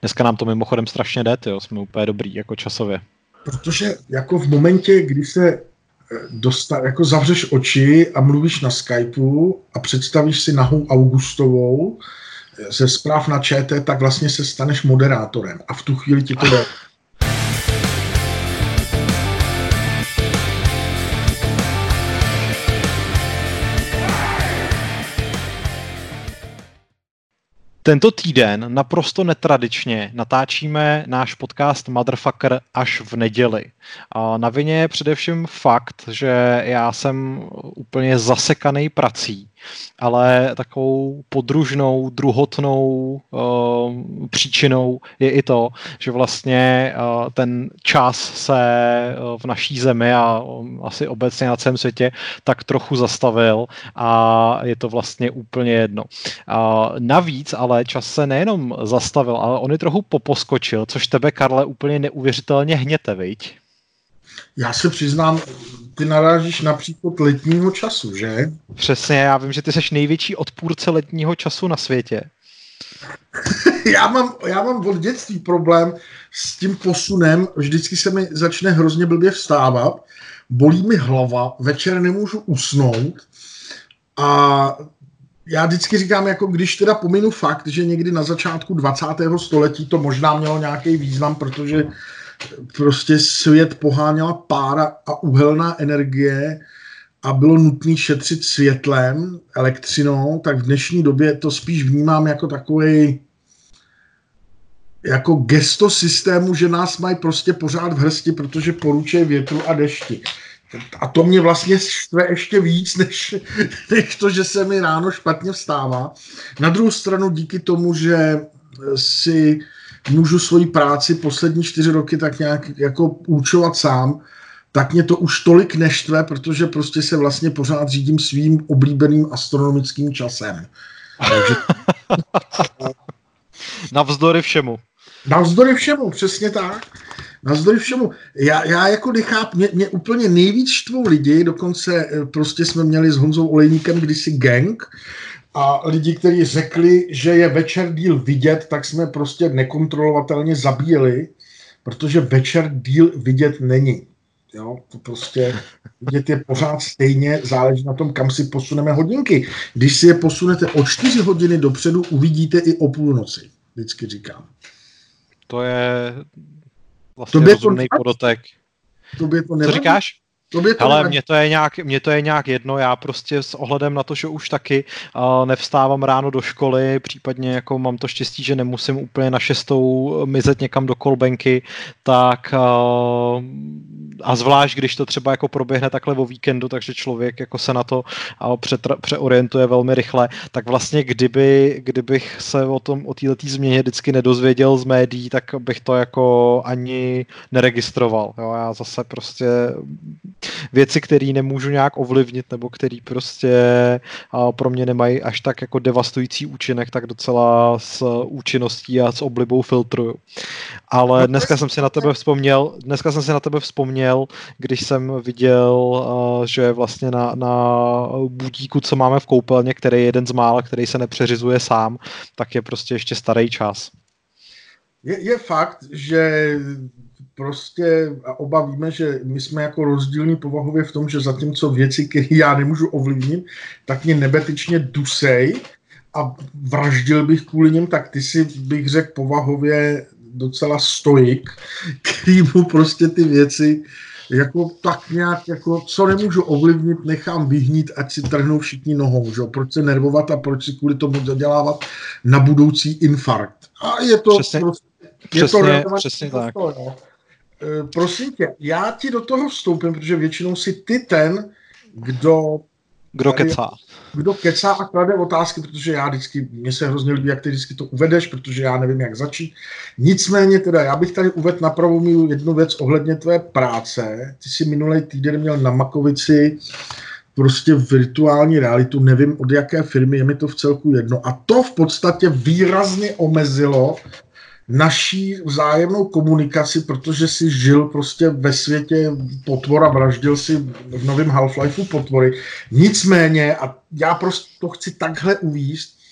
Dneska nám to mimochodem strašně jde, jo, jsme úplně dobrý jako časově. Protože jako v momentě, kdy se jako zavřeš oči a mluvíš na Skypeu a představíš si nahou Augustovou ze zpráv na ČT, tak vlastně se staneš moderátorem a v tu chvíli ti to jde. Tento týden naprosto netradičně natáčíme náš podcast Motherfucker až v neděli. A na vině je především fakt, že já jsem úplně zasekaný prací, ale takovou podružnou, druhotnou příčinou je i to, že vlastně ten čas se v naší zemi a asi obecně na celém světě tak trochu zastavil a je to vlastně úplně jedno. Navíc ale čas se nejenom zastavil, ale on i trochu poposkočil, což tebe, Karle, úplně neuvěřitelně hněte, viď? Já se přiznám, ty narážíš na příklad letního času, že? Přesně, já vím, že ty seš největší odpůrce letního času na světě. Já mám od dětství problém s tím posunem, vždycky se mi začne hrozně blbě vstávat, bolí mi hlava, večer nemůžu usnout a já vždycky říkám, jako když teda pominu fakt, že někdy na začátku 20. století to možná mělo nějaký význam, protože prostě svět poháněla pára a uhelná energie a bylo nutné šetřit světlem, elektřinou, tak v dnešní době to spíš vnímám jako takovej jako gesto systému, že nás mají prostě pořád v hrsti, protože poručuje větru a dešti. A to mě vlastně štve ještě víc, než to, že se mi ráno špatně vstává. Na druhou stranu díky tomu, že si můžu svoji práci poslední 4 roky tak nějak jako určovat sám, tak mě to už tolik neštve, protože prostě se vlastně pořád řídím svým oblíbeným astronomickým časem. Takže... Navzdory všemu. Navzdory všemu, přesně tak. Navzdory všemu. Já jako nechápu, mě úplně nejvíc štvou lidi, dokonce prostě jsme měli s Honzou Olejníkem kdysi gang a lidi, kteří řekli, že je večer díl vidět, tak jsme prostě nekontrolovatelně zabíjeli, protože večer díl vidět není. Jo, to prostě vidět je pořád stejně, záleží na tom, kam si posuneme hodinky. Když si je posunete o 4 hodiny dopředu, uvidíte i o půlnoci, vždycky říkám. To je vlastně rozumný podotek. Co říkáš? Ale mně to je nějak jedno, já prostě s ohledem na to, že už taky nevstávám ráno do školy, případně jako mám to štěstí, že nemusím úplně na 6 mizet někam do kolbenky, tak a zvlášť, když to třeba jako proběhne takhle o víkendu, takže člověk jako se na to přeorientuje velmi rychle, tak vlastně kdybych se o této změně vždycky nedozvěděl z médií, tak bych to jako ani neregistroval. Jo? Já zase prostě věci, které nemůžu nějak ovlivnit, nebo které prostě pro mě nemají až tak jako devastující účinek, tak docela s účinností a s oblibou filtruju. Ale dneska jsem si na tebe vzpomněl, když jsem viděl, že vlastně na budíku, co máme v koupelně, který je jeden z mála, který se nepřeřizuje sám, tak je prostě ještě starý čas. Je fakt, že prostě a oba víme, že my jsme jako rozdílní povahově v tom, že zatímco věci, které já nemůžu ovlivnit, tak mě nebetyčně dusej a vraždil bych kvůli nim, tak ty si bych řekl povahově docela stoik, který mu prostě ty věci jako tak nějak, jako co nemůžu ovlivnit, nechám vyhnít, ať si trhnou všichni nohou, že? Proč se nervovat a proč si kvůli tomu zadělávat na budoucí infarkt. A je to přesně tak. No. Prosím tě, já ti do toho vstoupím, protože většinou si ty ten, kdo kecá a klade otázky, protože mně se hrozně líbí, jak ty vždycky to uvedeš, protože já nevím, jak začít. Nicméně teda, já bych tady uvedl na pravou míru jednu věc ohledně tvé práce. Ty jsi minulý týden měl na Makovici prostě virtuální realitu, nevím od jaké firmy, je mi to v celku jedno. A to v podstatě výrazně omezilo naší vzájemnou komunikaci, protože si žil prostě ve světě potvora, vraždil si v novém Half-Lifeu potvory. Nicméně, a já prostě to chci takhle uvést,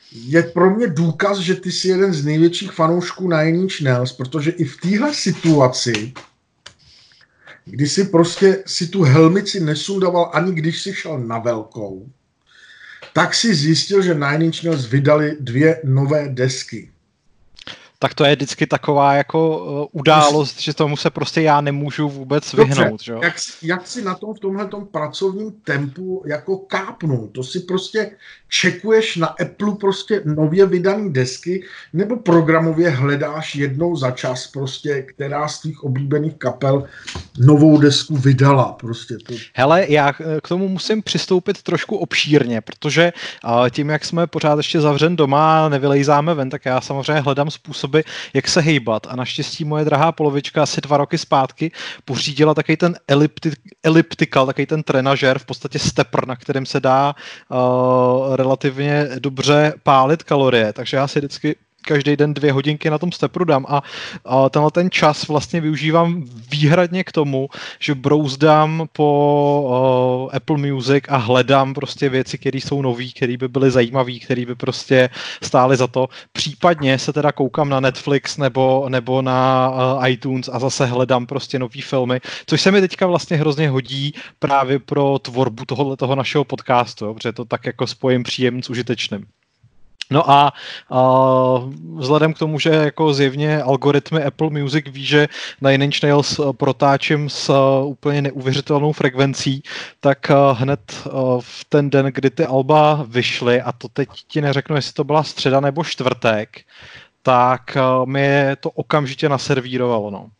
je pro mě důkaz, že ty jsi jeden z největších fanoušků Nine Inch Nails, protože i v téhle situaci, kdy si prostě si tu helmici nesundoval, ani když si šel na velkou, tak si zjistil, že Nine Inch Nails vydali 2 nové desky. Tak to je vždycky taková jako událost, že tomu se prostě já nemůžu vůbec vyhnout. Že? Jak si na tom v tomhletom pracovním tempu jako kápnu? To si prostě čekuješ na Apple prostě nově vydaný desky, nebo programově hledáš jednou za čas prostě, která z tvých oblíbených kapel novou desku vydala prostě. To... Hele, já k tomu musím přistoupit trošku obšírně, protože tím, jak jsme pořád ještě zavřen doma a nevylejzáme ven, tak já samozřejmě hledám způsoby, jak se hejbat. A naštěstí moje drahá polovička asi 2 roky zpátky pořídila takový ten elliptical, takový ten trenažér, v podstatě stepper, na kterém se dá relativně dobře pálit kalorie. Takže já si vždycky každý den 2 hodinky na tom stepru dám a tenhle ten čas vlastně využívám výhradně k tomu, že brouzdám po Apple Music a hledám prostě věci, které jsou nový, které by byly zajímavé, které by prostě stály za to. Případně se teda koukám na Netflix nebo na iTunes a zase hledám prostě nový filmy, což se mi teďka vlastně hrozně hodí právě pro tvorbu tohoto našeho podcastu, jo, protože to tak jako spojím příjemný s užitečným. No a vzhledem k tomu, že jako zjevně algoritmy Apple Music ví, že Nine Inch Nails protáčím s úplně neuvěřitelnou frekvencí, tak hned v ten den, kdy ty alba vyšly, a to teď ti neřeknu, jestli to byla středa nebo čtvrtek, tak mi to okamžitě naservírovalo, no.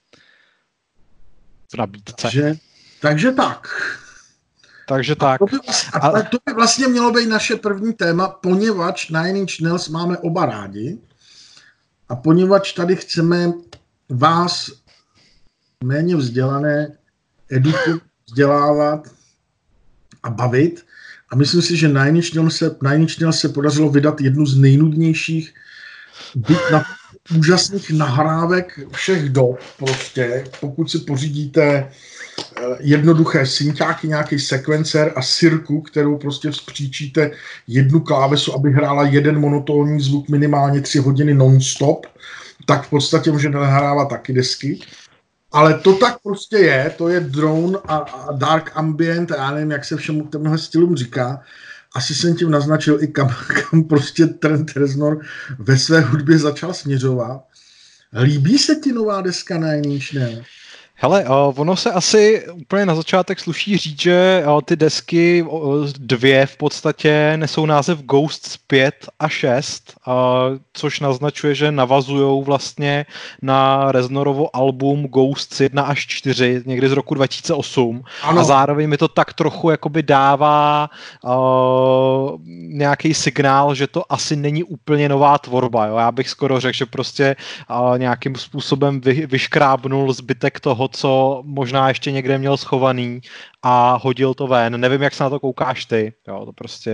V nabídce. Takže tak. Takže tak. To by vlastně mělo být naše první téma, poněvadž Nine Inch Nails máme oba rádi a poněvadž tady chceme vás méně vzdělané vzdělávat a bavit. A myslím si, že Nine Inch Nails se podařilo vydat jednu z nejnudnějších úžasných nahrávek všech dob prostě. Pokud si pořídíte jednoduché synťáky, nějaký sekvencer a sirku, kterou prostě vzpříčíte jednu klávesu, aby hrála jeden monotónní zvuk minimálně 3 hodiny non-stop, tak v podstatě může nahrávat taky desky. Ale to tak prostě je, to je drone a dark ambient, a já nevím, jak se všemu tenhle stylům říká. Asi jsem tím naznačil i kam prostě Trent Reznor ve své hudbě začal směřovat. Líbí se ti nová deska Nine Inch Nails? Hele, ono se asi úplně na začátek sluší říct, že ty desky 2 v podstatě nesou název Ghosts 5 a 6, což naznačuje, že navazujou vlastně na Reznorovo album Ghosts 1 až 4, někdy z roku 2008. Ano. A zároveň mi to tak trochu jakoby dává nějaký signál, že to asi není úplně nová tvorba. Jo? Já bych skoro řekl, že prostě nějakým způsobem vyškrábnul zbytek toho, co možná ještě někde měl schovaný a hodil to ven. Nevím, jak se na to koukáš ty. Jo, to prostě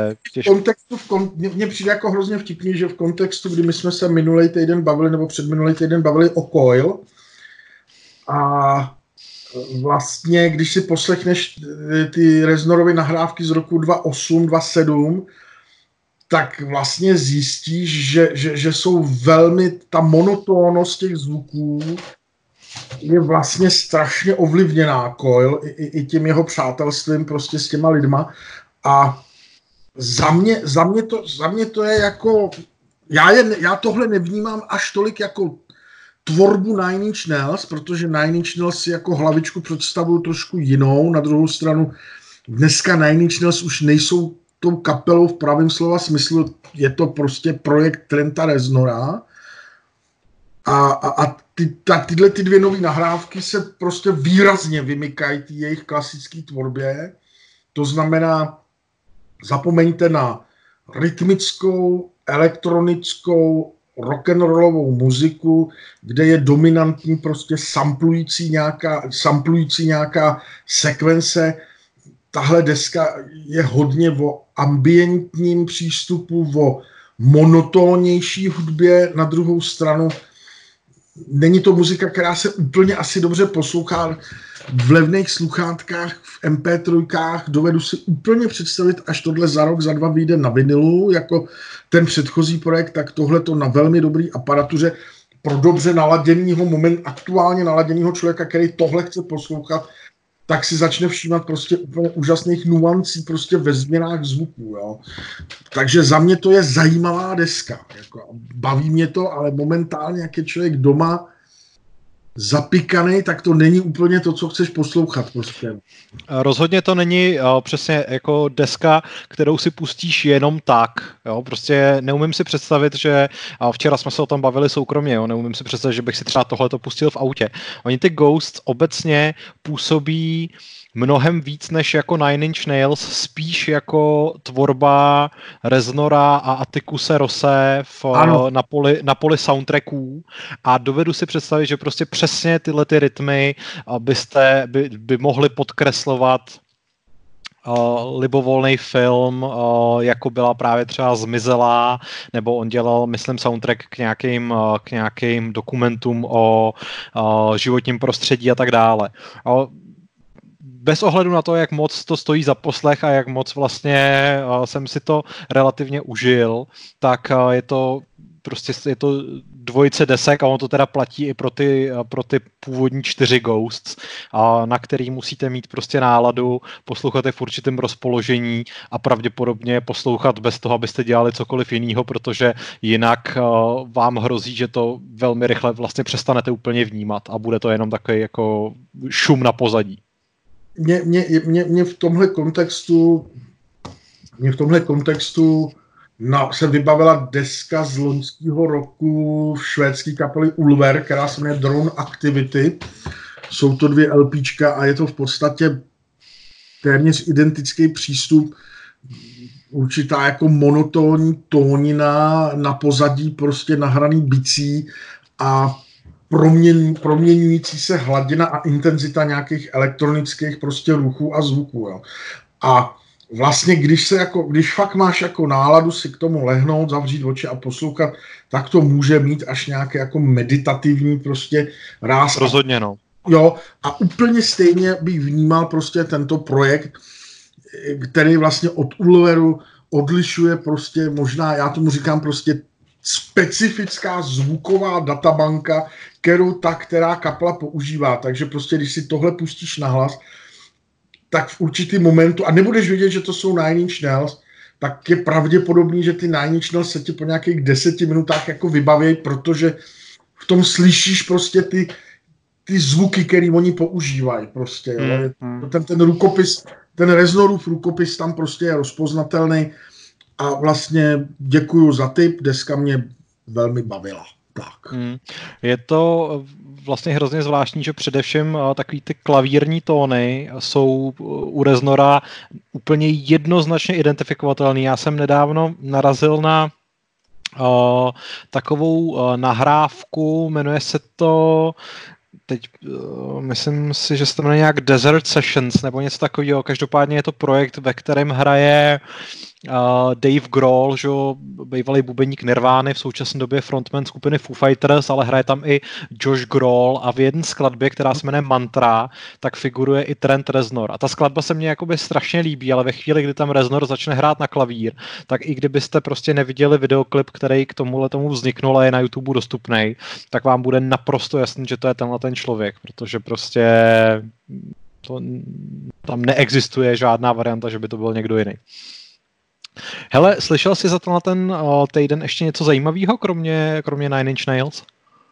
mně přijde jako hrozně vtipný, že v kontextu, kdy my jsme se minulý týden bavili, nebo předminulý týden bavili o Coil, a vlastně, když si poslechneš ty Reznorovy nahrávky z roku 2008, 2007, tak vlastně zjistíš, že jsou velmi, ta monotónnost těch zvuků je vlastně strašně ovlivněná Coil i tím jeho přátelstvím prostě s těma lidma. A za mě to je jako, já tohle nevnímám až tolik jako tvorbu Nine Inch Nails, protože Nine Inch Nails si jako hlavičku představují trošku jinou. Na druhou stranu dneska Nine Inch Nails už nejsou tou kapelou v pravém slova smyslu, je to prostě projekt Trenta Reznora. A tyhle 2 nové nahrávky se prostě výrazně vymykají té jejich klasické tvorbě. To znamená, zapomeňte na rytmickou, elektronickou, rock'n'rollovou muziku, kde je dominantní prostě samplující nějaká sekvence. Tahle deska je hodně o ambientním přístupu, o monotónnější hudbě. Na druhou stranu není to muzika, která se úplně asi dobře poslouchá v levných sluchátkách, v MP3, dovedu si úplně představit, až tohle za rok, za 2 vyjde na vinilu, jako ten předchozí projekt, tak tohle to na velmi dobrý aparatuře pro dobře naladěnýho, aktuálně naladěnýho člověka, který tohle chce poslouchat, tak si začne všímat prostě úplně úžasných nuancí prostě ve změnách zvuků, jo. Takže za mě to je zajímavá deska, jako baví mě to, ale momentálně, jak je člověk doma zapikaný, tak to není úplně to, co chceš poslouchat prostě. Rozhodně to není přesně jako deska, kterou si pustíš jenom tak, jo, prostě neumím si představit, že včera jsme se o tom bavili soukromně, jo, neumím si představit, že bych si třeba tohleto pustil v autě. Oni ty Ghosts obecně působí mnohem víc než jako Nine Inch Nails, spíš jako tvorba Reznora a Atticuse Rosse na poli soundtracků a dovedu si představit, že prostě přesně tyhle ty rytmy by mohly podkreslovat libovolný film, jako byla právě třeba Zmizelá, nebo on dělal, myslím, soundtrack k nějakým dokumentům o životním prostředí a tak dále. Bez ohledu na to, jak moc to stojí za poslech a jak moc vlastně jsem si to relativně užil, tak je to dvojice desek a ono to teda platí i pro ty původní 4 Ghosts, na který musíte mít prostě náladu, poslouchat je v určitém rozpoložení a pravděpodobně poslouchat bez toho, abyste dělali cokoliv jiného, protože jinak vám hrozí, že to velmi rychle vlastně přestanete úplně vnímat a bude to jenom takový jako šum na pozadí. Mě v tomhle kontextu se vybavila deska z loňského roku v švédské kapely Ulver, která se jmenuje Drone Activity. Jsou to 2 LPčka a je to v podstatě téměř identický přístup, určitá jako monotónní tónina na pozadí prostě nahraný bicí a proměňující se hladina a intenzita nějakých elektronických prostě ruchů a zvuků. Jo. A vlastně, když fakt máš jako náladu si k tomu lehnout, zavřít oči a poslouchat, tak to může mít až nějaké jako meditativní prostě ráz. Rozhodně, no. Jo, a úplně stejně bych vnímal prostě tento projekt, který vlastně od Ulveru odlišuje prostě možná, já tomu říkám prostě specifická zvuková databanka, která kapela používá. Takže prostě, když si tohle pustíš nahlas, tak v určitým momentu, a nebudeš vědět, že to jsou Nine Inch Nails, tak je pravděpodobný, že ty Nine Inch Nails se ti po nějakých 10 minutách jako vybaví, protože v tom slyšíš prostě ty zvuky, který oni používají prostě. Ten rukopis, ten Reznorův rukopis tam prostě je rozpoznatelný a vlastně děkuju za tip, deska mě velmi bavila. Tak. Je to vlastně hrozně zvláštní, že především takový ty klavírní tóny jsou u Reznora úplně jednoznačně identifikovatelný. Já jsem nedávno narazil na takovou nahrávku, jmenuje se to teď myslím si, že se to jmenuje nějak Desert Sessions nebo něco takového. Každopádně je to projekt, ve kterém hraje Dave Grohl, že bývalý bubeník Nirvány, v současné době frontman skupiny Foo Fighters, ale hraje tam i Josh Grohl a v jedné skladbě, která se jmenuje Mantra, tak figuruje i Trent Reznor. A ta skladba se mně jakoby strašně líbí, ale ve chvíli, kdy tam Reznor začne hrát na klavír, tak i kdybyste prostě neviděli videoklip, který k tomu vzniknul a je na YouTube dostupný, tak vám bude naprosto jasný, že to je tenhle ten člověk, protože prostě tam neexistuje žádná varianta, že by to byl někdo jiný. Hele, slyšel jsi za to na ten týden ještě něco zajímavého, kromě Nine Inch Nails?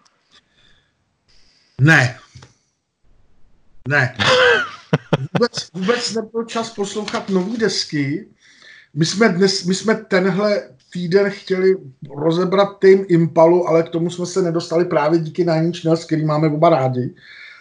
Ne. Vůbec nebyl čas poslouchat nový desky. My jsme tenhle týden chtěli rozebrat Tame Impalu, ale k tomu jsme se nedostali právě díky Nine Inch Nails, který máme oba rádi.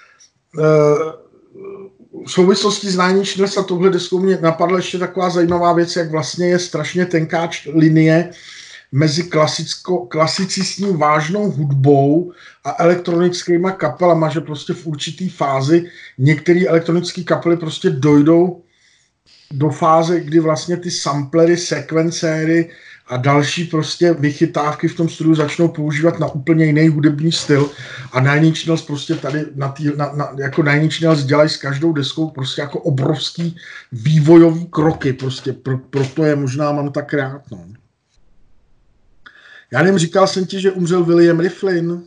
V souvislosti s Nine Inch Nails a touhle deskou mě napadla ještě taková zajímavá věc, jak vlastně je strašně tenká linie mezi klasicistní vážnou hudbou a elektronickýma kapelama, že prostě v určitý fázi některé elektronické kapely prostě dojdou do fáze, kdy vlastně ty samplery, sekvencéry a další prostě vychytávky v tom studiu začnou používat na úplně jiný hudební styl a Nine Inch Nails prostě tady jako Nine Inch Nails dělají s každou deskou prostě jako obrovský vývojový kroky, prostě proto je možná mám tak rád, no. Já nevím, říkal jsem ti, že umřel William Riflin?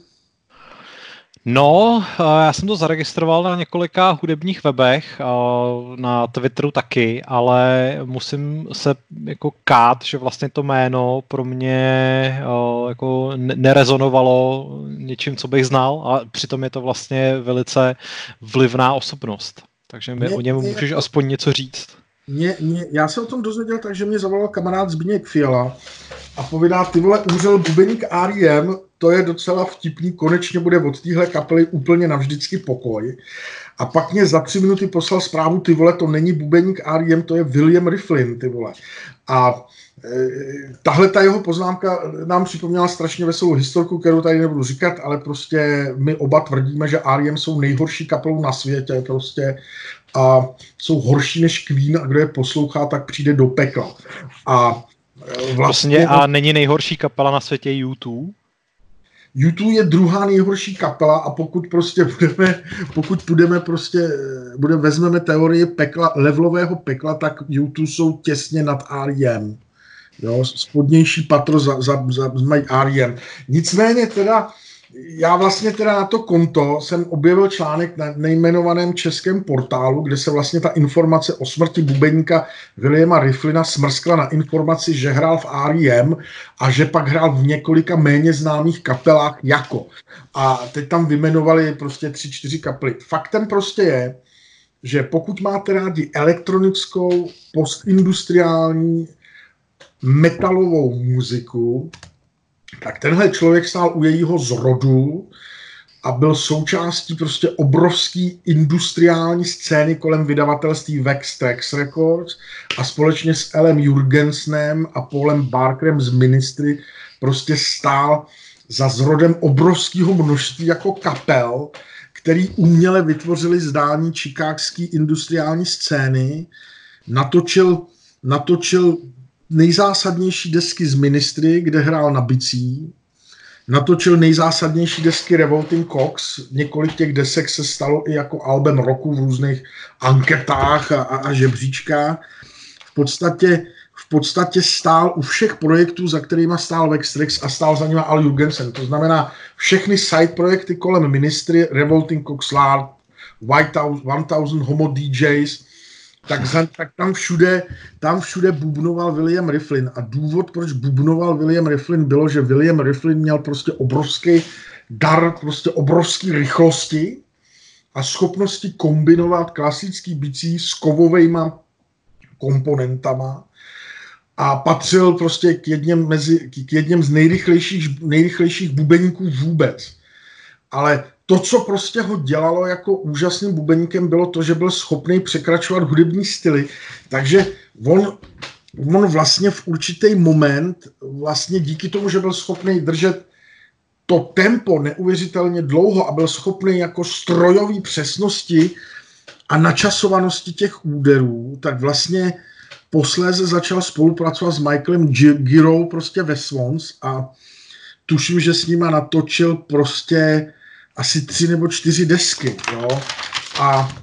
No, já jsem to zaregistroval na několika hudebních webech, na Twitteru taky, ale musím se jako kát, že vlastně to jméno pro mě jako nerezonovalo něčím, co bych znal, a přitom je to vlastně velice vlivná osobnost. Takže mi o něm můžeš aspoň něco říct. Já se o tom dozvěděl, takže mě zavolal kamarád Zbigněk Fiala a povídá, ty vole, umřel bubeník R.E.M., to je docela vtipný, konečně bude od téhle kapely úplně navždycky pokoj. A pak mě za 3 minuty poslal zprávu, ty vole, to není bubeník R.E.M., to je William Riflin, ty vole. A tahle ta jeho poznámka nám připomněla strašně veselou historku, kterou tady nebudu říkat, ale prostě my oba tvrdíme, že R.E.M. jsou nejhorší kapelou na světě prostě a jsou horší než Queen a kdo je poslouchá, tak přijde do pekla. A vlastně a není nejhorší kapela na světě U2? U2 je druhá nejhorší kapela a pokud prostě vezmeme teorii pekla, levelového pekla, tak U2 jsou těsně nad R.E.M. Jo, spodnější patro mají R.E.M. Nicméně teda, já vlastně teda na to konto jsem objevil článek na nejmenovaném českém portálu, kde se vlastně ta informace o smrti bubeníka Williama Riflina smrskla na informaci, že hrál v R.E.M. a že pak hrál v několika méně známých kapelách jako. A teď tam vymenovali prostě 3-4 kapely. Faktem prostě je, že pokud máte rádi elektronickou, postindustriální, metalovou muziku, tak tenhle člověk stál u jejího zrodu a byl součástí prostě obrovský industriální scény kolem vydavatelství Vex Trax Records a společně s Elem Jurgensenem a Paulem Barkerem z Ministry prostě stál za zrodem obrovského množství jako kapel, který uměle vytvořili zdání chicagské industriální scény, natočil nejzásadnější desky z Ministry, kde hrál na bicí, natočil nejzásadnější desky Revolting Cocks, několik těch desek se stalo i jako album roku v různých anketách a žebříčkách. V podstatě stál u všech projektů, za kterýma stál Vextrax a stál za nima Al Jurgensen. To znamená všechny side projekty kolem Ministry, Revolting Cocks, Lard, White 1000, Homo DJs, tak tam všude bubnoval William Riflin. A důvod, proč bubnoval William Riflin, bylo, že William Riflin měl prostě obrovský dar, prostě obrovský rychlosti a schopnosti kombinovat klasický bicí s kovovejma komponentama a patřil prostě k jedním z nejrychlejších bubeníků vůbec. Ale to, co prostě ho dělalo jako úžasným bubeníkem, bylo to, že byl schopný překračovat hudební styly. Takže on vlastně v určitý moment, vlastně díky tomu, že byl schopný držet to tempo neuvěřitelně dlouho a byl schopný jako strojový přesnosti a načasovanosti těch úderů, tak vlastně posléze začal spolupracovat s Michaelem Girou prostě ve Swans a tuším, že s nima natočil prostě asi 3 nebo 4 desky, jo. A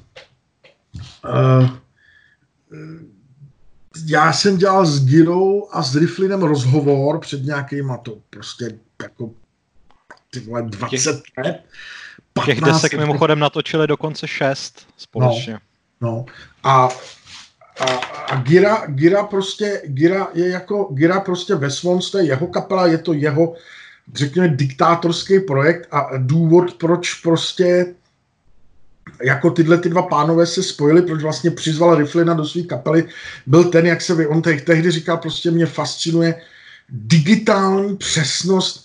já jsem dělal s Girou a s Riflinem rozhovor před nějakýma to prostě jako 20 let. Těch desek mimochodem natočili dokonce 6 společně. No. A Gira prostě ve Swans, to je jeho kapela, je to jeho, řekněme, diktátorský projekt a důvod, proč prostě jako tyhle ty dva pánové se spojili, proč vlastně přizval Riflina do své kapely, byl ten, jak se on tehdy říkal, prostě mě fascinuje digitální přesnost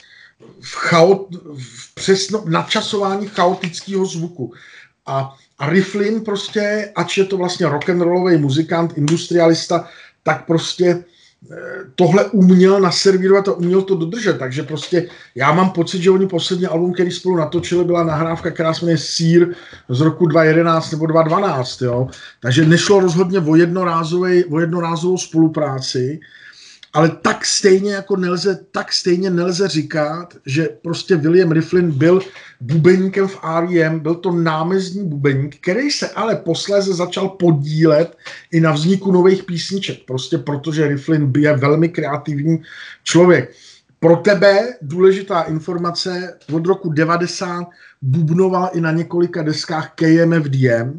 v nadčasování chaotického zvuku. A Riflin prostě, ač je to vlastně rock'n'rollový muzikant, industrialista, tak prostě tohle uměl naservírovat a uměl to dodržet, takže prostě já mám pocit, že oni poslední album, který spolu natočili, byla nahrávka, která se jmenuje Sear z roku 2011 nebo 2012, jo, takže nešlo rozhodně o jednorázovou spolupráci ale tak stejně nelze říkat, že prostě William Riflin byl bubeníkem v R.E.M., byl to námezdní bubeník, který se ale posléze začal podílet i na vzniku nových písniček, prostě protože Riflin je velmi kreativní člověk. Pro tebe důležitá informace, od roku 90 bubnoval i na několika deskách KMFDM,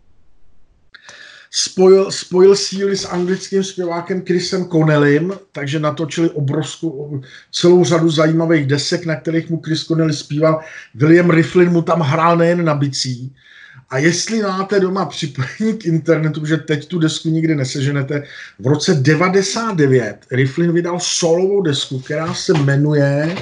spojil síly s anglickým zpěvákem Chrisem Connellym, takže natočili celou řadu zajímavých desek, na kterých mu Chris Connelly zpíval. William Riflin mu tam hrál nejen na bicí. A jestli máte doma připojení k internetu, že teď tu desku nikdy neseženete, v roce 99 Riflin vydal solovou desku, která se jmenuje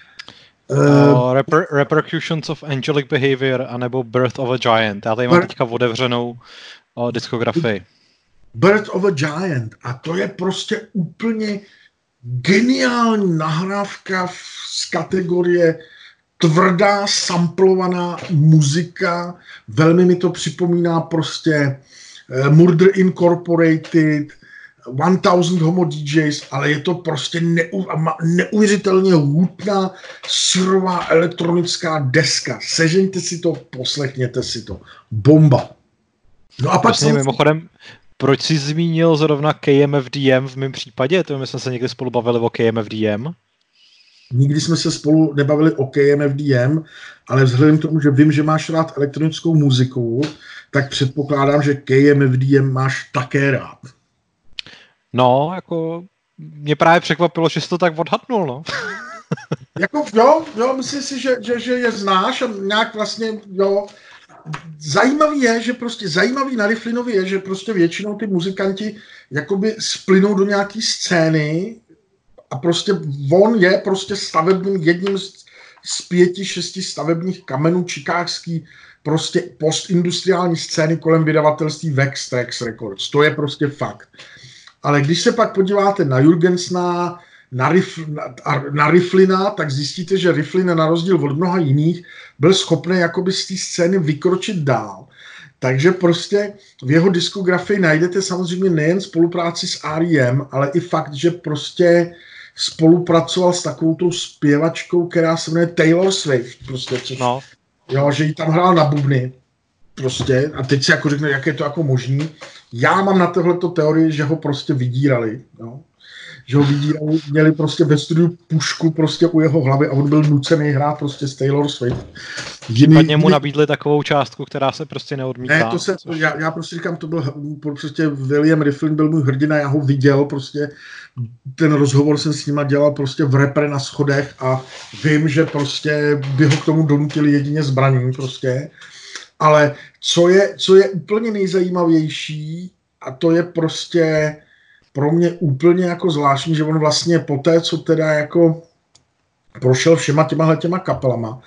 Repercussions of Angelic Behavior anebo Birth of a Giant. Já tady mám teďka otevřenou diskografii. Birth of a Giant. A to je prostě úplně geniální nahrávka z kategorie tvrdá, samplovaná muzika. Velmi mi to připomíná prostě Murder Incorporated, 1000 Homo DJs, ale je to prostě neuvěřitelně hutná, surová elektronická deska. Sežeňte si to, poslechněte si to. Bomba. No a pak mimochodem, proč jsi zmínil zrovna KMFDM v mém případě? To my jsme se někdy spolu bavili o KMFDM. Nikdy jsme se spolu nebavili o KMFDM, ale vzhledem k tomu, že vím, že máš rád elektronickou muziku, tak předpokládám, že KMFDM máš také rád. No, jako mě právě překvapilo, že jsi to tak odhadnul, no. Jako jo, myslím si, že je znáš a nějak vlastně, jo. Zajímavý na Riflinovi je, že prostě většinou ty muzikanti jakoby splynou do nějaký scény a prostě on je prostě jedním z 5-6 stavebních kamenů čikákský prostě postindustriální scény kolem vydavatelství Vex Trax Records. To je prostě fakt. Ale když se pak podíváte na Jurgensna, na Riflina, tak zjistíte, že Riflin na rozdíl od mnoha jiných byl schopný jakoby z té scény vykročit dál. Takže prostě v jeho diskografii najdete samozřejmě nejen spolupráci s R.E.M., ale i fakt, že prostě spolupracoval s takovou tou zpěvačkou, která se jmenuje Taylor Swift. Prostě, což, no. Jo, že jí tam hrál na bubny. Prostě, a teď si jako řekne, jak je to jako možný. Já mám na tohleto teorii, že ho prostě vydírali. Jo. Že ho vydírali, měli prostě ve studiu pušku prostě u jeho hlavy a on byl nucený hrát prostě s Taylor Swift. Případně mu nabídli takovou částku, která se prostě neodmítá. Ne, já prostě říkám, to byl prostě William Riflin byl můj hrdina, já ho viděl prostě, ten rozhovor jsem s nima dělal prostě v repre na schodech a vím, že prostě by ho k tomu donutili jedině zbraní prostě. Ale co je úplně nejzajímavější, a to je prostě pro mě úplně jako zvláštní, že on vlastně poté, co teda jako prošel všema těma kapelama,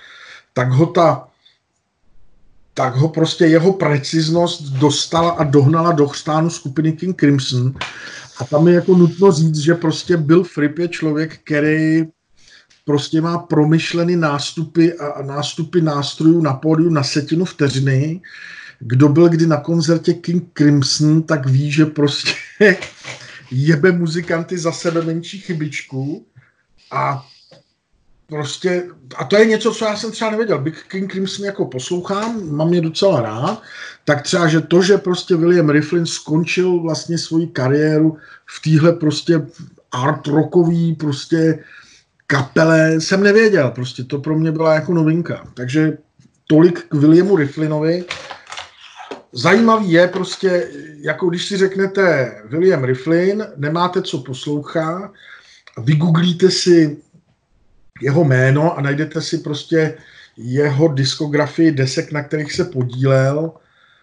tak ho prostě jeho preciznost dostala a dohnala do chřtánu skupiny King Crimson. A tam je jako nutno říct, že prostě Bill Fripp je člověk, který prostě má promyšlený nástupy nástrojů na pódiu na setinu vteřiny. Kdo byl kdy na koncertě King Crimson, tak ví, že prostě jebe muzikanty za sebe menší chybičku a prostě, a to je něco, co já jsem třeba nevěděl. Big King Crimson jako poslouchám, mám je docela rád, tak třeba, že to, že prostě William Riflin skončil vlastně svoji kariéru v téhle prostě art rockový prostě kapele, jsem nevěděl, prostě to pro mě byla jako novinka. Takže tolik k Williamu Riflinovi. Zajímavý je prostě, jako když si řeknete William Riflin, nemáte co poslouchat, vygooglíte si jeho jméno a najdete si prostě jeho diskografii desek, na kterých se podílel,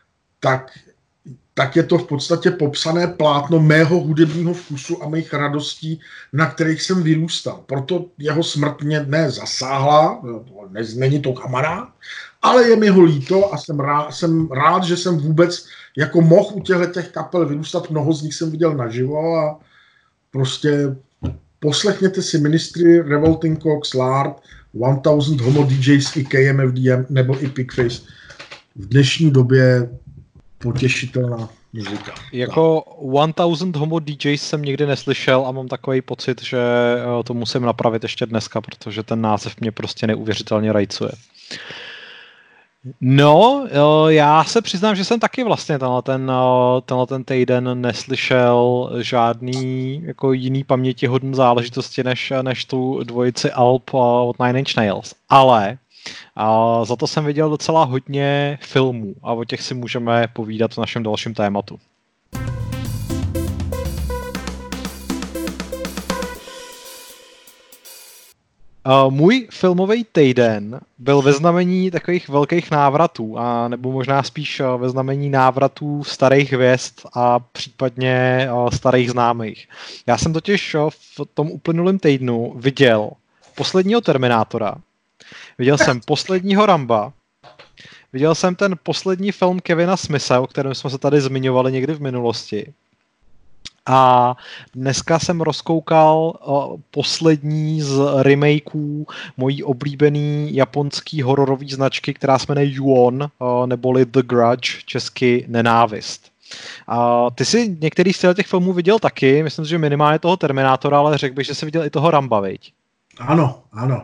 tak je to v podstatě popsané plátno mého hudebního vkusu a mých radostí, na kterých jsem vyrůstal. Proto jeho smrt mě nezasáhla, není to kamarád, ale je mi ho líto a jsem rád, že jsem vůbec jako mohl u těch kapel vyrůstat. Mnoho z nich jsem viděl naživo a prostě poslechněte si Ministry, Revolting Cocks, Lard, 1000 Homo DJs i KMFDM nebo i Pigface. V dnešní době potěšitelná muzika. Jako 1000 Homo DJs jsem nikdy neslyšel a mám takový pocit, že to musím napravit ještě dneska, protože ten název mě prostě neuvěřitelně rajcuje. No, já se přiznám, že jsem taky vlastně tenhle ten týden neslyšel žádný jako jiný pamětihodný záležitosti než tu dvojici alb od Nine Inch Nails. Ale za to jsem viděl docela hodně filmů a o těch si můžeme povídat v našem dalším tématu. Můj filmový týden byl ve znamení takových velkých návratů, a nebo možná spíš ve znamení návratů starých hvězd a případně starých známých. Já jsem totiž v tom uplynulém týdnu viděl posledního Terminátora, viděl jsem posledního Ramba, viděl jsem ten poslední film Kevina Smitha, o kterém jsme se tady zmiňovali někdy v minulosti. A dneska jsem rozkoukal poslední z remakeů mojí oblíbený japonský hororový značky, která se jmenuje Ju-On, neboli The Grudge, česky Nenávist. Ty jsi některý z těch filmů viděl taky, myslím si, že minimálně toho Terminátora, ale řekl bych, že jsi viděl i toho Ramba, viď? Ano.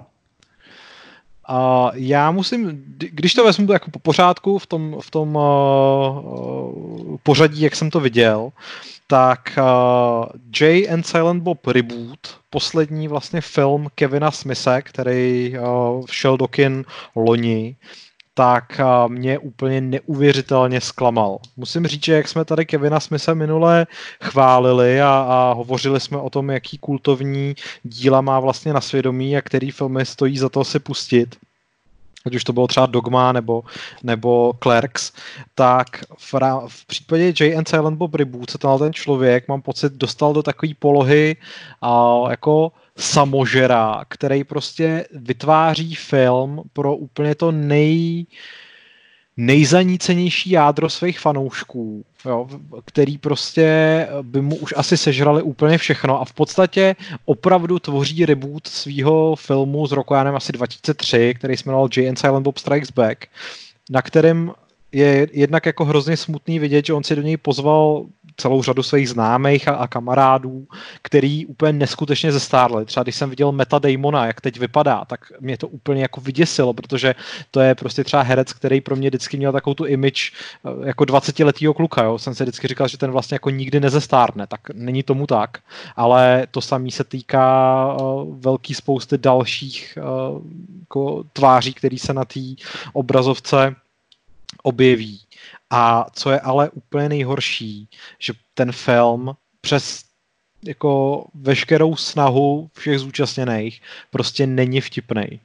Já musím, když to vezmu jako po pořádku v tom pořadí, jak jsem to viděl, tak Jay and Silent Bob Reboot, poslední vlastně film Kevina Smitha, který všel do kin loni, tak mě úplně neuvěřitelně zklamal. Musím říct, že jak jsme tady Kevina Smitha minule chválili a hovořili jsme o tom, jaký kultovní díla má vlastně na svědomí a který filmy stojí za to si pustit, ať už to bylo třeba Dogma nebo Clerks, tak v případě Jay and Silent Bob Reboot se ten člověk, mám pocit, dostal do takové polohy jako samožera, který prostě vytváří film pro úplně to nejzanícenější jádro svých fanoušků, jo, který prostě by mu už asi sežrali úplně všechno a v podstatě opravdu tvoří reboot svýho filmu z roku, já nevím, asi 2003, který se jmenoval Jay and Silent Bob Strikes Back, na kterém je jednak jako hrozně smutný vidět, že on si do něj pozval celou řadu svých známých a kamarádů, který úplně neskutečně zestárli. Třeba když jsem viděl Metta Damona, jak teď vypadá, tak mě to úplně jako vyděsilo, protože to je prostě třeba herec, který pro mě vždycky měl takovou tu image jako 20letýho kluka. Jo? Jsem si vždycky říkal, že ten vlastně jako nikdy nezestárne, tak není tomu tak. Ale to samé se týká velký spousty dalších jako tváří, který se na té obrazovce objeví. A co je ale úplně nejhorší, že ten film přes jako veškerou snahu všech zúčastněných prostě není vtipnej.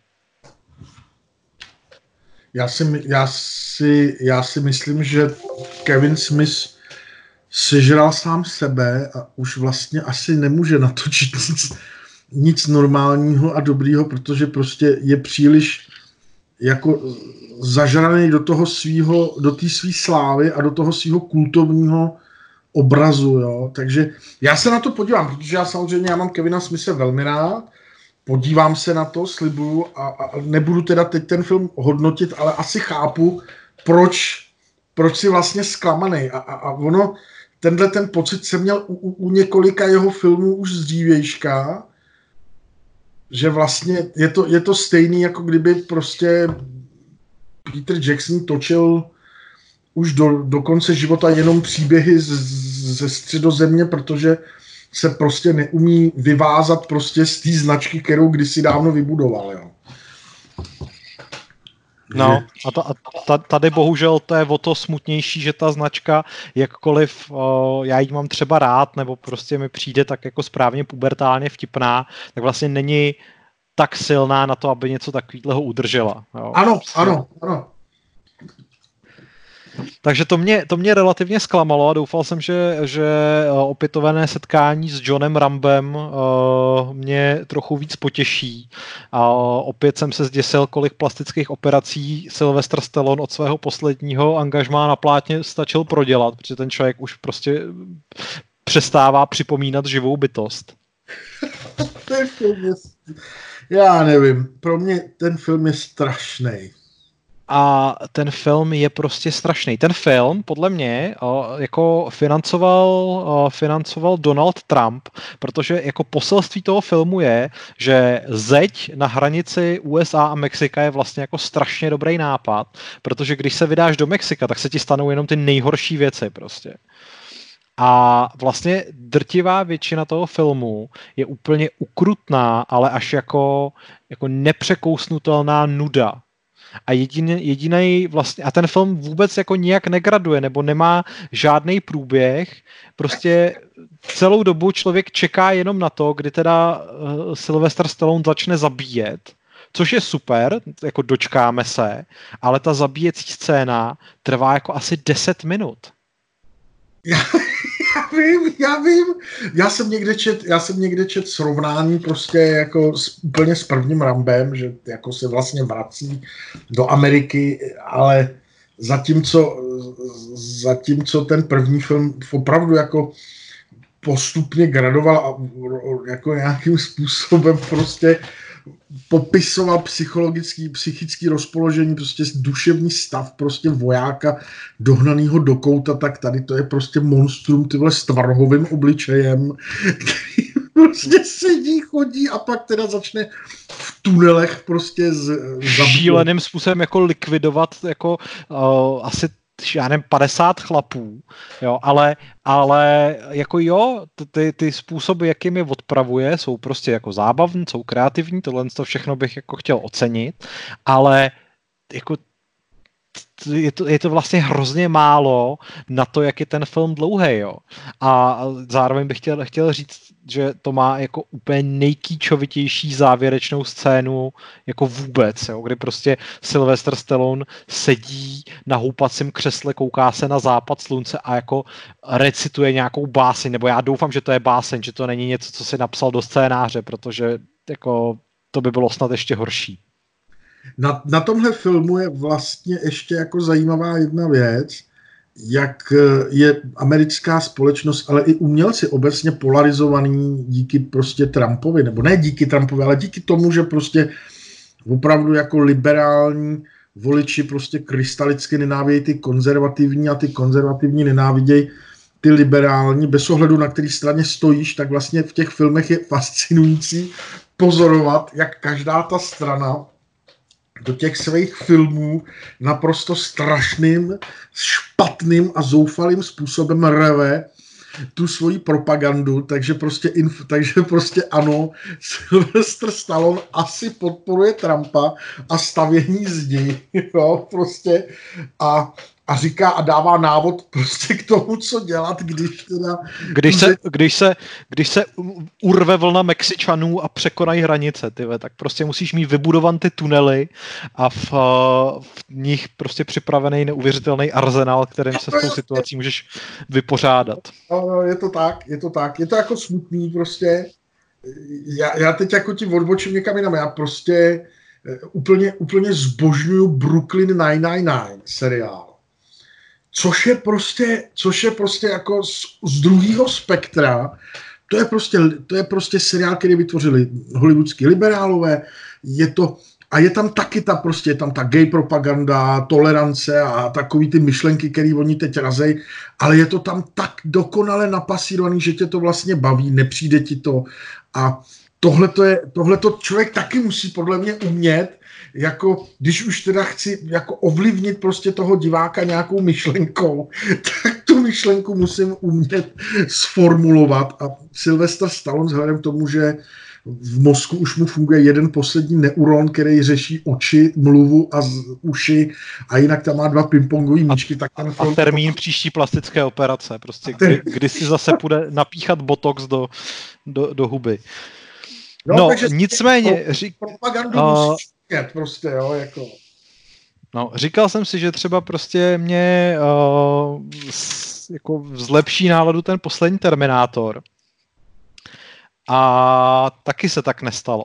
Já si myslím, že Kevin Smith sežral sám sebe a už vlastně asi nemůže natočit nic normálního a dobrýho, protože prostě je příliš jako zažraný do té svý slávy a do toho svýho kultovního obrazu, jo. Takže já se na to podívám, protože já mám Kevina Smitha velmi rád, podívám se na to, slibuju a nebudu teda teď ten film hodnotit, ale asi chápu, proč si vlastně zklamaný. A ono, ten pocit jsem měl u několika jeho filmů už z dřívějška, že vlastně je to stejný, jako kdyby prostě Peter Jackson točil už do konce života jenom příběhy ze Středozemě, protože se prostě neumí vyvázat prostě z té značky, kterou kdysi dávno vybudoval. Jo. No a tady bohužel to je o to smutnější, že ta značka, jakkoliv já ji mám třeba rád, nebo prostě mi přijde tak jako správně pubertálně vtipná, tak vlastně není tak silná na to, aby něco takového udržela. Jo. Ano. Takže to mě relativně zklamalo a doufal jsem, že opětovné setkání s Johnem Rambem mě trochu víc potěší. A opět jsem se zděsil, kolik plastických operací Sylvester Stallone od svého posledního angažmá na plátně stačil prodělat, protože ten člověk už prostě přestává připomínat živou bytost. Já nevím, pro mě ten film je strašný. a ten film je prostě strašný. Ten film, podle mě, jako financoval Donald Trump, protože jako poselství toho filmu je, že zeď na hranici USA a Mexika je vlastně jako strašně dobrý nápad, protože když se vydáš do Mexika, tak se ti stanou jenom ty nejhorší věci prostě. A vlastně drtivá většina toho filmu je úplně ukrutná, ale až jako nepřekousnutelná nuda. A jediný vlastně, a ten film vůbec jako nijak negraduje, nebo nemá žádný průběh, prostě celou dobu člověk čeká jenom na to, kdy teda Sylvester Stallone začne zabíjet, což je super, jako dočkáme se, ale ta zabíjecí scéna trvá jako asi 10 minut. Já vím. Já jsem někde čet srovnání prostě jako úplně s prvním Rambem, že jako se vlastně vrací do Ameriky, ale zatímco ten první film opravdu jako postupně gradoval a jako nějakým způsobem prostě popisoval psychický rozpoložení, prostě duševní stav prostě vojáka dohnanýho do kouta, tak tady to je prostě monstrum, tyhle s tvarhovým obličejem, který prostě sedí, chodí a pak teda začne v tunelech prostě šíleným způsobem jako likvidovat jako asi já nevím, 50 chlapů, jo, ale jako jo, ty způsoby, jakým je odpravuje, jsou prostě jako zábavní, jsou kreativní, tohle to všechno bych jako chtěl ocenit, ale jako je to vlastně hrozně málo na to, jak je ten film dlouhý, jo. A zároveň bych chtěl říct, že to má jako úplně nejkýčovitější závěrečnou scénu jako vůbec, jo, kdy prostě Sylvester Stallone sedí na houpacím křesle, kouká se na západ slunce a jako recituje nějakou báseň, nebo já doufám, že to je báseň, že to není něco, co si napsal do scénáře, protože jako to by bylo snad ještě horší. Na tomhle filmu je vlastně ještě jako zajímavá jedna věc, jak je americká společnost, ale i umělci obecně polarizovaný díky prostě Trumpovi, nebo ne díky Trumpovi, ale díky tomu, že prostě opravdu jako liberální voliči prostě krystalicky nenávidějí ty konzervativní a ty konzervativní nenávidějí ty liberální, bez ohledu na který straně stojíš, tak vlastně v těch filmech je fascinující pozorovat, jak každá ta strana do těch svých filmů naprosto strašným, špatným a zoufalým způsobem rve tu svoji propagandu, takže prostě ano, Sylvester Stallone asi podporuje Trumpa a stavění zdi, jo, prostě a říká a dává návod prostě k tomu, co dělat, když se urve vlna Mexičanů a překonají hranice, tak prostě musíš mít vybudované ty tunely a v nich prostě připravený neuvěřitelný arzenál, kterým se s tou situací můžeš vypořádat. No, je to tak. Je to jako smutný prostě. Já teď jako ti odbočím někam jinam. Já prostě úplně zbožňuju Brooklyn 999 seriál. Což je prostě jako z druhého spektra. To je prostě seriál, který vytvořili hollywoodský liberálové. Je tam taky je tam ta gay propaganda, tolerance a takový ty myšlenky, které oni teď razejí, ale je to tam tak dokonale napasírovaný, že tě to vlastně baví, nepřijde ti to. A tohleto člověk taky musí podle mě umět, jako když už teda chci jako ovlivnit prostě toho diváka nějakou myšlenkou, tak tu myšlenku musím umět sformulovat. A Sylvester Stallone vzhledem k tomu, že v mozku už mu funguje jeden poslední neuron, který řeší oči, mluvu a uši a jinak tam má 2 pingpongové míčky. Tak ten a termín příští plastické operace, prostě kdy si zase půjde napíchat botox do huby. No nicméně... Propagandu musíš mět prostě, jo, jako... No, říkal jsem si, že třeba prostě mě jako zlepší náladu ten poslední Terminátor. A taky se tak nestalo.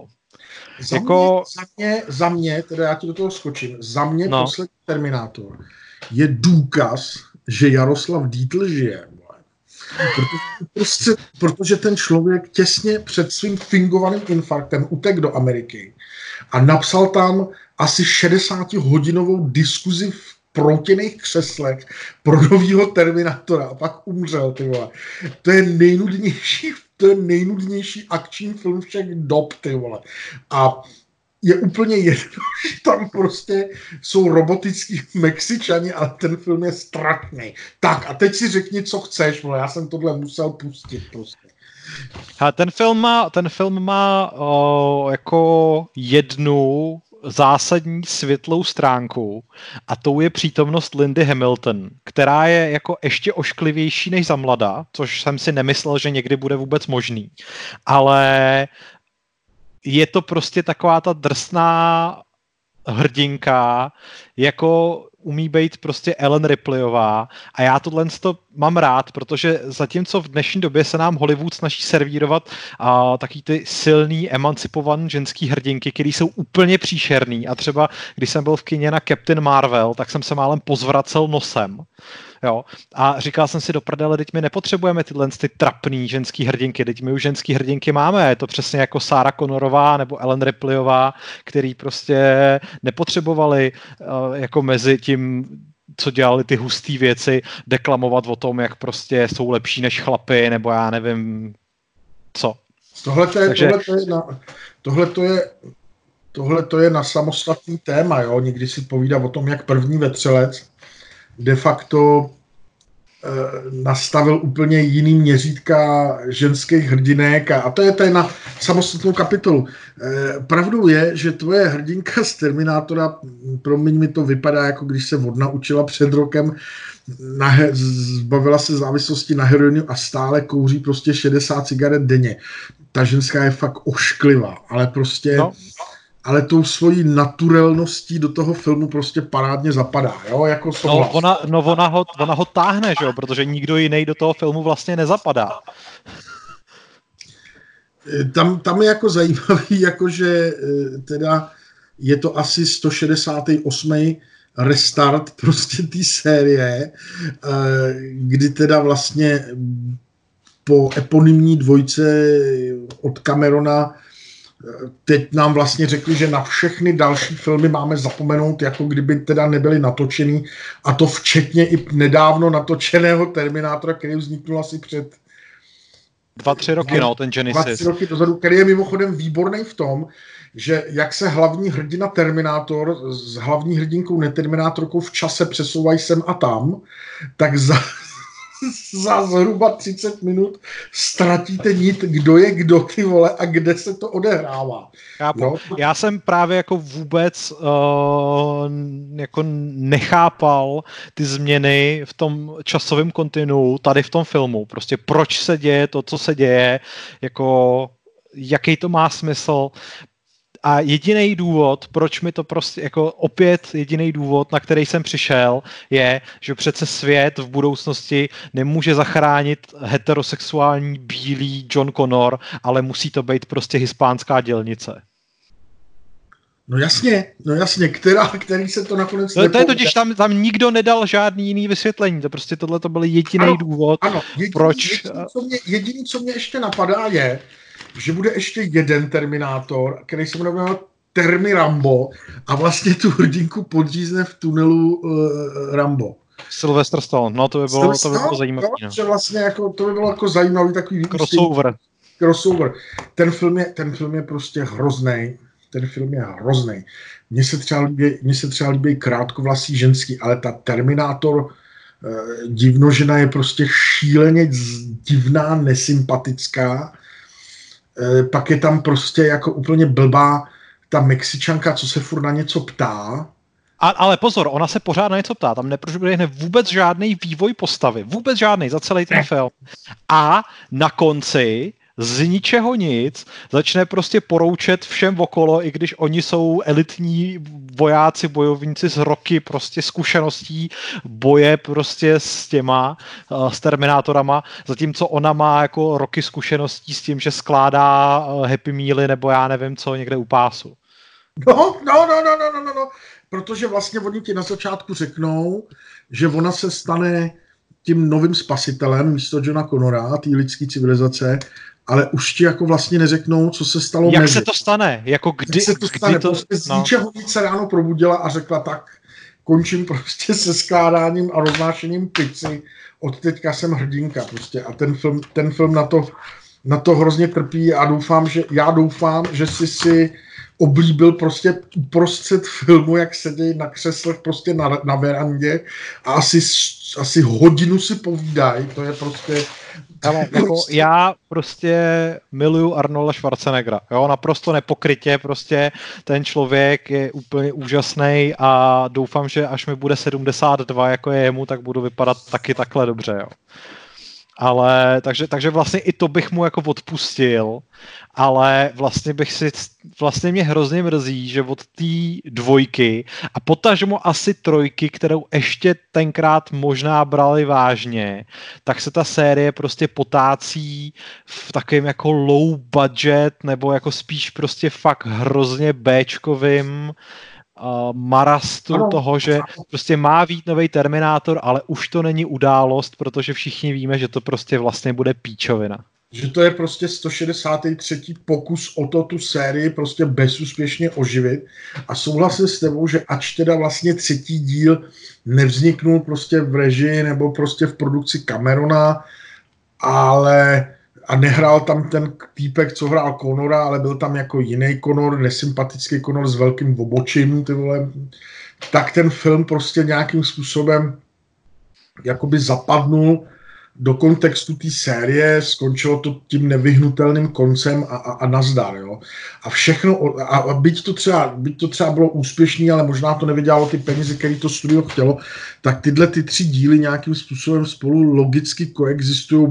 Za mě, teda já ti do toho skočím, poslední Terminátor je důkaz, že Jaroslav Dietl žije. Protože ten člověk těsně před svým fingovaným infarktem utek do Ameriky a napsal tam asi 60hodinovou diskuzi v proutěných křeslech pro novýho Terminátora a pak umřel, ty vole. To je nejnudnější akční film všech dob, ty vole. A je úplně jedno, že tam prostě jsou robotický Mexičani, ale ten film je strašný. Tak a teď si řekni, co chceš, vole. Já jsem tohle musel pustit prostě. A ten film má jako jednu zásadní světlou stránku a tou je přítomnost Lindy Hamilton, která je jako ještě ošklivější než za mlada, což jsem si nemyslel, že někdy bude vůbec možný. Ale je to prostě taková ta drsná hrdinka, jako umí být prostě Ellen Ripleyová a já tohle mám rád, protože zatímco v dnešní době se nám Hollywood snaží servírovat taky ty silný, emancipovaný ženský hrdinky, který jsou úplně příšerný a třeba když jsem byl v kině na Captain Marvel, tak jsem se málem pozvracel nosem. Jo. A říkal jsem si do prdele, teď my nepotřebujeme ty trapný ženský hrdinky, teď my už ženský hrdinky máme, je to přesně jako Sarah Connorová nebo Ellen Ripleyová, který prostě nepotřebovali jako mezi tím, co dělali ty hustý věci, deklamovat o tom, jak prostě jsou lepší než chlapy, nebo já nevím co. Tohle je na samostatný téma, jo? Někdy si povídá o tom, jak první vetřelec de facto nastavil úplně jiný měřítka ženských hrdinek a to je na samostatnou kapitolu. Pravdou je, že tvoje hrdinka z Terminátora, promiň, mi to vypadá, jako když se odnaučila před rokem, zbavila se závislosti na heroinu a stále kouří prostě 60 cigaret denně. Ta ženská je fakt ošklivá, ale prostě... No. Ale tou svojí naturelností do toho filmu prostě parádně zapadá, jo, jako ona ho táhne, že jo, protože nikdo jiný do toho filmu vlastně nezapadá. Tam je jako zajímavý, jakože teda je to asi 168. restart prostě té série, kdy teda vlastně po eponymní dvojce od Camerona teď nám vlastně řekli, že na všechny další filmy máme zapomenout, jako kdyby teda nebyly natočený, a to včetně i nedávno natočeného Terminátora, který vzniknul asi před 2-3 roky, ten Genesis. 2-3 roky dozadu, který je mimochodem výborný v tom, že jak se hlavní hrdina Terminátor s hlavní hrdinkou neterminátorkou v čase přesouvají sem a tam, tak za zhruba 30 minut ztratíte nit, kdo je kdo, ty vole, a kde se to odehrává. No? Já jsem právě jako vůbec jako nechápal ty změny v tom časovém kontinuu tady v tom filmu. Prostě proč se děje to, co se děje, jako jaký to má smysl. A jediný důvod, proč mi to prostě, jako opět jediný důvod, na který jsem přišel, je, že přece svět v budoucnosti nemůže zachránit heterosexuální bílý John Connor, ale musí to být prostě hispánská dělnice. No jasně, který se to nakonec... To je totiž, tam nikdo nedal žádný jiný vysvětlení, to prostě tohle to byl jediný důvod, proč... Jediný, co mě ještě napadá, je, že bude ještě jeden Terminátor, který se jmenuje Termi Rambo a vlastně tu hrdinku podřízne v tunelu Rambo. Sylvester Stallone, no to by bylo zajímavé. No, že vlastně jako, to by bylo jako zajímavý takový crossover. Ten film je prostě hroznej. Mně se třeba líbí krátkovlasý ženský, ale ta Terminátor divnožena je prostě šíleně divná, nesympatická. Pak je tam prostě jako úplně blbá ta Mexičanka, co se furt na něco ptá. Ale pozor, ona se pořád na něco ptá, tam neproběhne vůbec žádný vývoj postavy, vůbec žádný za celý ten film. A na konci z ničeho nic začne prostě poroučet všem okolo, i když oni jsou elitní vojáci, bojovníci z roky prostě zkušeností boje prostě s Terminátorama, zatímco ona má jako roky zkušeností s tím, že skládá Happy Mealy nebo já nevím co někde u pásu. No. Protože vlastně oni ti na začátku řeknou, že ona se stane tím novým spasitelem místo Johna Connora, té lidské civilizace, ale už ti jako vlastně neřeknou, co se stalo Jak se to stane? Jako kdy se to stane? To, prostě z ničeho nic se ráno probudila a řekla tak, končím prostě se skládáním a roznášením pici, od teďka jsem hrdinka prostě a ten film na to hrozně trpí a já doufám, že si oblíbil prostě uprostřed filmu, jak sedí na křeslech prostě na verandě a asi hodinu si povídají, to je prostě... Ale jako já prostě miluju Arnolda Schwarzeneggera, jo, naprosto nepokrytě, prostě ten člověk je úplně úžasný a doufám, že až mi bude 72, jako je jemu, tak budu vypadat taky takhle dobře, jo. Ale, takže vlastně i to bych mu jako odpustil, ale vlastně mě hrozně mrzí, že od té dvojky a potažmo asi trojky, kterou ještě tenkrát možná brali vážně, tak se ta série prostě potácí v takovém jako low budget nebo jako spíš prostě fakt hrozně béčkovým marastu toho, že prostě má být nový Terminátor, ale už to není událost, protože všichni víme, že to prostě vlastně bude píčovina. Že to je prostě 163. pokus o to tu sérii prostě bezúspěšně oživit a souhlasím s tebou, že ač teda vlastně třetí díl nevzniknul prostě v režii nebo prostě v produkci Camerona, a nehrál tam ten týpek, co hrál Connora, ale byl tam jako jiný Connor, nesympatický Connor s velkým obočím, ty vole, tak ten film prostě nějakým způsobem jakoby zapadnul do kontextu té série, skončilo to tím nevyhnutelným koncem a nazdar, jo. A všechno, a byť to třeba bylo úspěšný, ale možná to nevydělalo ty peníze, které to studio chtělo, tak tyhle ty 3 díly nějakým způsobem spolu logicky koexistují,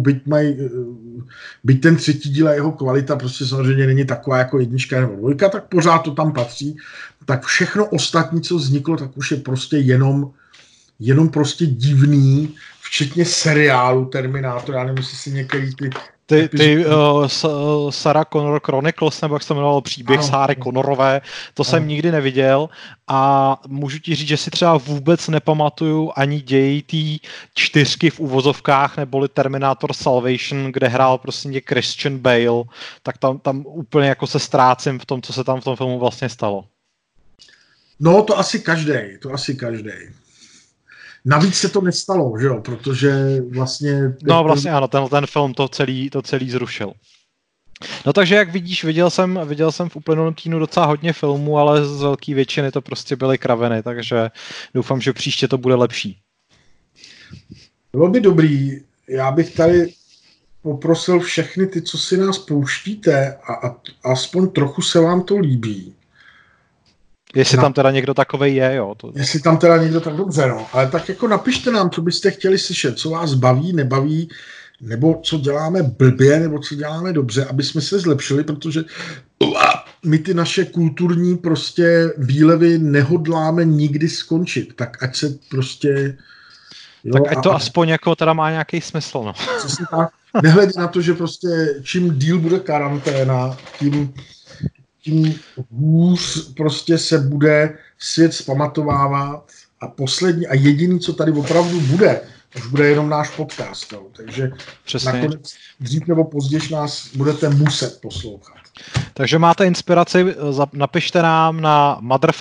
byť ten 3. díl a jeho kvalita prostě samozřejmě není taková jako 1 nebo 2, tak pořád to tam patří. Tak všechno ostatní, co vzniklo, tak už je prostě jenom prostě divný, včetně seriálu Terminátor, já nevím, jestli si některý ty Sarah Connor Chronicles, nebo jak se jmenoval příběh Sary Connorové, to jsem nikdy neviděl a můžu ti říct, že si třeba vůbec nepamatuju ani děj té 4 v uvozovkách, neboli Terminator Salvation, kde hrál prostě Christian Bale, tak tam úplně jako se ztrácím v tom, co se tam v tom filmu vlastně stalo. No, to asi každej. Navíc se to nestalo, že jo, protože vlastně... No vlastně ano, ten film to celý zrušil. No takže jak vidíš, viděl jsem v uplynulém týdnu docela hodně filmů, ale z velké většiny to prostě byly kraviny, takže doufám, že příště to bude lepší. Bylo by dobrý, já bych tady poprosil všechny ty, co si nás pouštíte a aspoň trochu se vám to líbí. Jestli tam teda někdo takovej je, jo. Jestli tam teda někdo tak dobře, no. Ale tak jako napište nám, co byste chtěli slyšet, co vás baví, nebaví, nebo co děláme blbě, nebo co děláme dobře, aby jsme se zlepšili, protože my ty naše kulturní prostě výlevy nehodláme nikdy skončit. Tak ať se prostě... Jo, tak ať to aspoň jako teda má nějaký smysl, no. Přesně tak. Nehledě na to, že prostě čím díl bude karanténa, tím hůř prostě se bude svět zpamatovávat a poslední a jediný, co tady opravdu bude, už bude jenom náš podcast. Jo. Takže nakonec dřív nebo později nás budete muset poslouchat. Takže máte inspiraci, napište nám na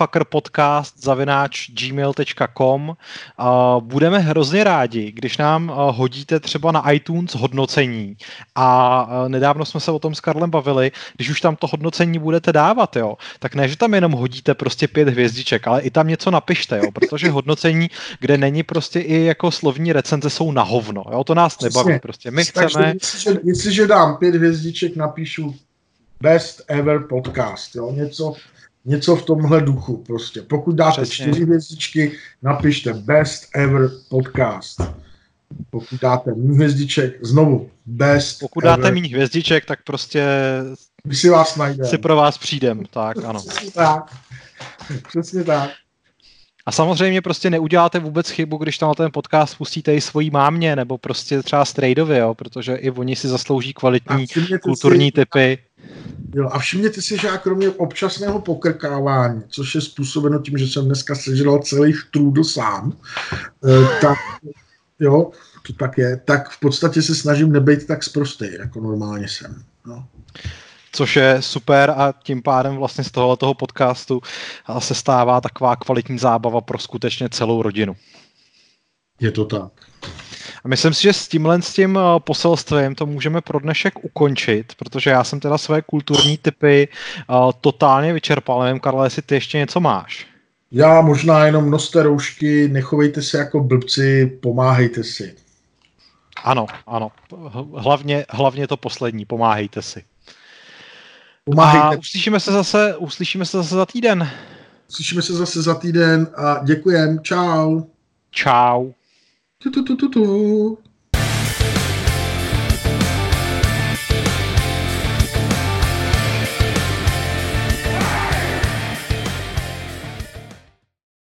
motherfuckerpodcast@gmail.com. Budeme hrozně rádi, když nám hodíte třeba na iTunes hodnocení. A nedávno jsme se o tom s Karlem bavili, když už tam to hodnocení budete dávat, jo, tak ne, že tam jenom hodíte prostě 5 hvězdiček, ale i tam něco napište, jo, protože hodnocení, kde není prostě i jako slovní recenze, jsou na hovno, jo, to nás nebaví prostě. My chceme... Jestliže dám 5 hvězdiček, napíšu Best Ever Podcast, jo? Něco v tomhle duchu prostě. Pokud dáte 4 hvězdičky, napište Best Ever Podcast. Pokud dáte méně hvězdiček, znovu Best Pokud dáte méně hvězdiček, tak prostě my si vás najdeme. Si pro vás přijdem, tak ano. Přesně tak. A samozřejmě prostě neuděláte vůbec chybu, když tam na ten podcast pustíte i svojí mámě, nebo prostě třeba strejdovi, jo, protože i oni si zaslouží kvalitní kulturní typy. Jo, a všimněte si, že já kromě občasného pokrkávání, což je způsobeno tím, že jsem dneska sežral celý štrůdl sám, tak jo, to tak je. Tak v podstatě se snažím nebejt tak sprostý, jako normálně jsem. No. Což je super a tím pádem vlastně z tohoto podcastu se stává taková kvalitní zábava pro skutečně celou rodinu. Je to tak. A myslím si, že s tím poselstvím to můžeme pro dnešek ukončit, protože já jsem teda své kulturní typy totálně vyčerpal. Nevím, Karle, jestli ty ještě něco máš. Já možná jenom noste roušky, nechovejte se jako blbci, pomáhejte si. Ano. Hlavně to poslední, pomáhejte si. Pomáhejte. A uslyšíme se zase za týden. Uslyšíme se zase za týden a děkujem. Čau. Čau. Tu.